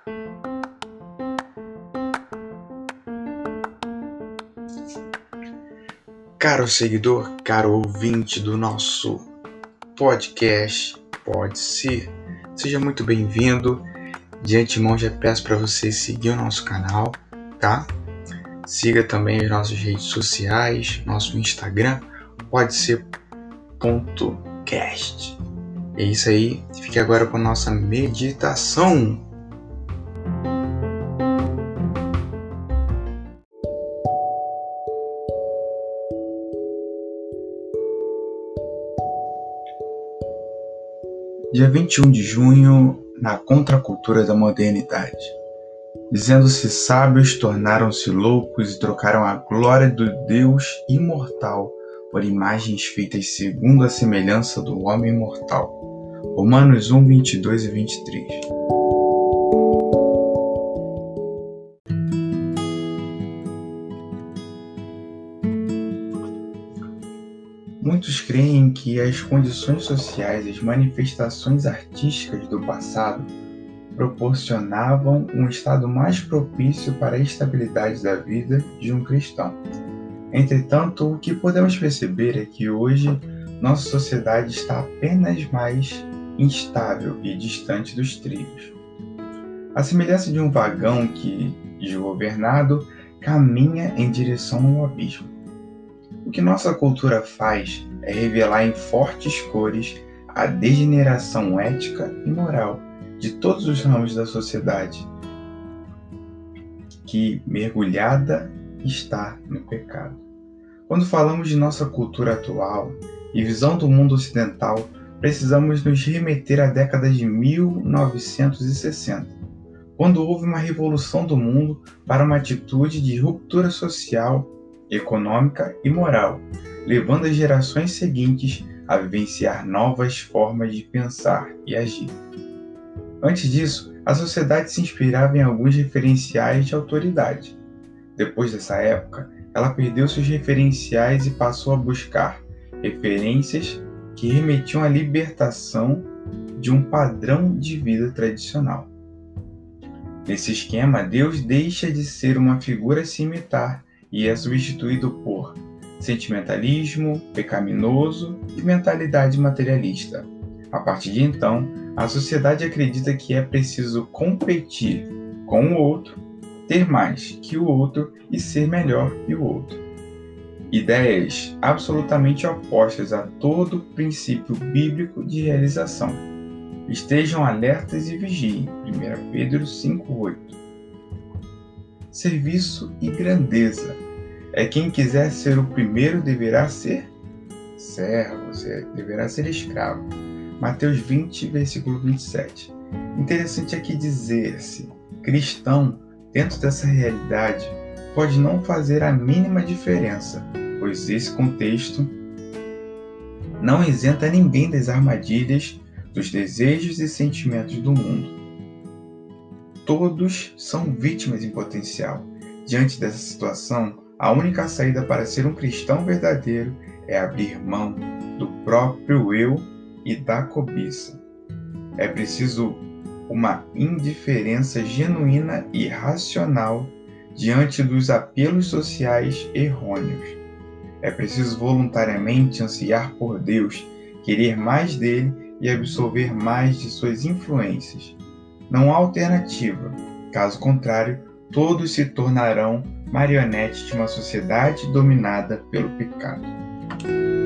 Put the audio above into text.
Caro seguidor, caro ouvinte do nosso podcast Pode Ser, seja muito bem-vindo. De antemão já peço para você seguir o nosso canal, tá? Siga também as nossas redes sociais, nosso Instagram, podeser.cast. É isso aí, fique agora com a nossa meditação. Dia 21 de junho, na contracultura da modernidade. Dizendo-se sábios, tornaram-se loucos e trocaram a glória do Deus imortal por imagens feitas segundo a semelhança do homem mortal. Romanos 1, 22 e 23. Muitos creem que as condições sociais e as manifestações artísticas do passado proporcionavam um estado mais propício para a estabilidade da vida de um cristão. Entretanto, o que podemos perceber é que hoje nossa sociedade está apenas mais instável e distante dos trilhos. A semelhança de um vagão que, desgovernado, caminha em direção ao abismo. O que nossa cultura faz é revelar em fortes cores a degeneração ética e moral de todos os ramos da sociedade, que mergulhada está no pecado. Quando falamos de nossa cultura atual e visão do mundo ocidental, precisamos nos remeter à década de 1960, quando houve uma revolução do mundo para uma atitude de ruptura social, econômica e moral, levando as gerações seguintes a vivenciar novas formas de pensar e agir. Antes disso, a sociedade se inspirava em alguns referenciais de autoridade. Depois dessa época, ela perdeu seus referenciais e passou a buscar referências que remetiam à libertação de um padrão de vida tradicional. Nesse esquema, Deus deixa de ser uma figura a se imitar e é substituído por sentimentalismo, pecaminoso e mentalidade materialista. A partir de então, a sociedade acredita que é preciso competir com o outro, ter mais que o outro e ser melhor que o outro. Ideias absolutamente opostas a todo princípio bíblico de realização. Estejam alertas e vigiem. 1 Pedro 5,8. Serviço e grandeza. Quem quiser ser o primeiro deverá ser servo, deverá ser escravo. Mateus 20, versículo 27. Interessante aqui dizer-se, cristão, dentro dessa realidade, pode não fazer a mínima diferença, pois esse contexto não isenta ninguém das armadilhas, dos desejos e sentimentos do mundo. Todos são vítimas em potencial. Diante dessa situação, a única saída para ser um cristão verdadeiro é abrir mão do próprio eu e da cobiça. É preciso uma indiferença genuína e racional diante dos apelos sociais errôneos. É preciso voluntariamente ansiar por Deus, querer mais dele e absorver mais de suas influências. Não há alternativa. Caso contrário, todos se tornarão marionetes de uma sociedade dominada pelo pecado.